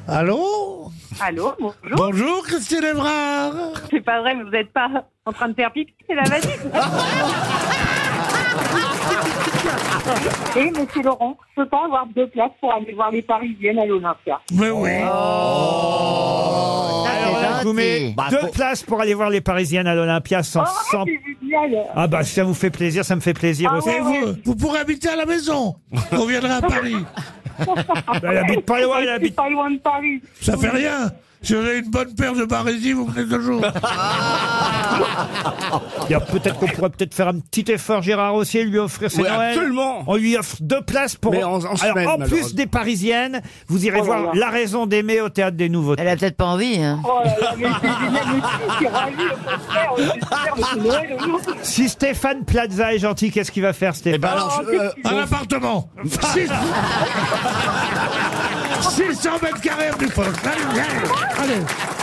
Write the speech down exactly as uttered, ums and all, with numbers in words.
Allô? Allô, bonjour. Bonjour, Christine Evrard. C'est pas vrai, mais vous n'êtes pas en train de faire pipi, c'est la valise. Et monsieur Laurent, peut-on avoir deux places pour aller voir les Parisiennes à l'Olympia? Mais oui. Oh, Alors là, je vous mets Bah, deux pour- places pour aller voir les Parisiennes à l'Olympia sans... Oh, sans... c'est génial. Ah bah ça vous fait plaisir, ça me fait plaisir Ah aussi. ouais, Et ouais. vous, vous pourrez habiter à la maison. On viendra à Paris. Elle habite pas loin, elle Je suis habite... pas loin de Paris. Ça fait rien. Si vous avez une bonne paire de barésies, vous venez toujours. Il y a peut-être qu'on pourrait peut-être faire un petit effort, Gérard aussi, et lui offrir ses Oui, Noël. absolument. On lui offre deux places pour... Mais en- en Alors, semaine, en plus malheureusement. des Parisiennes, vous irez Oh là voir là. La Raison d'aimer au Théâtre des Nouveautés. Elle a peut-être pas envie, hein. Oh là là, mais c'est génial aussi, je suis ravie, au contraire, j'espère, mais c'est Noël aujourd'hui. Si Stéphane Plaza est gentil, qu'est-ce qu'il va faire, Stéphane? Eh ben alors, je- euh, Un appartement. Six- six cents mètres carrés du poste. Allez, allez.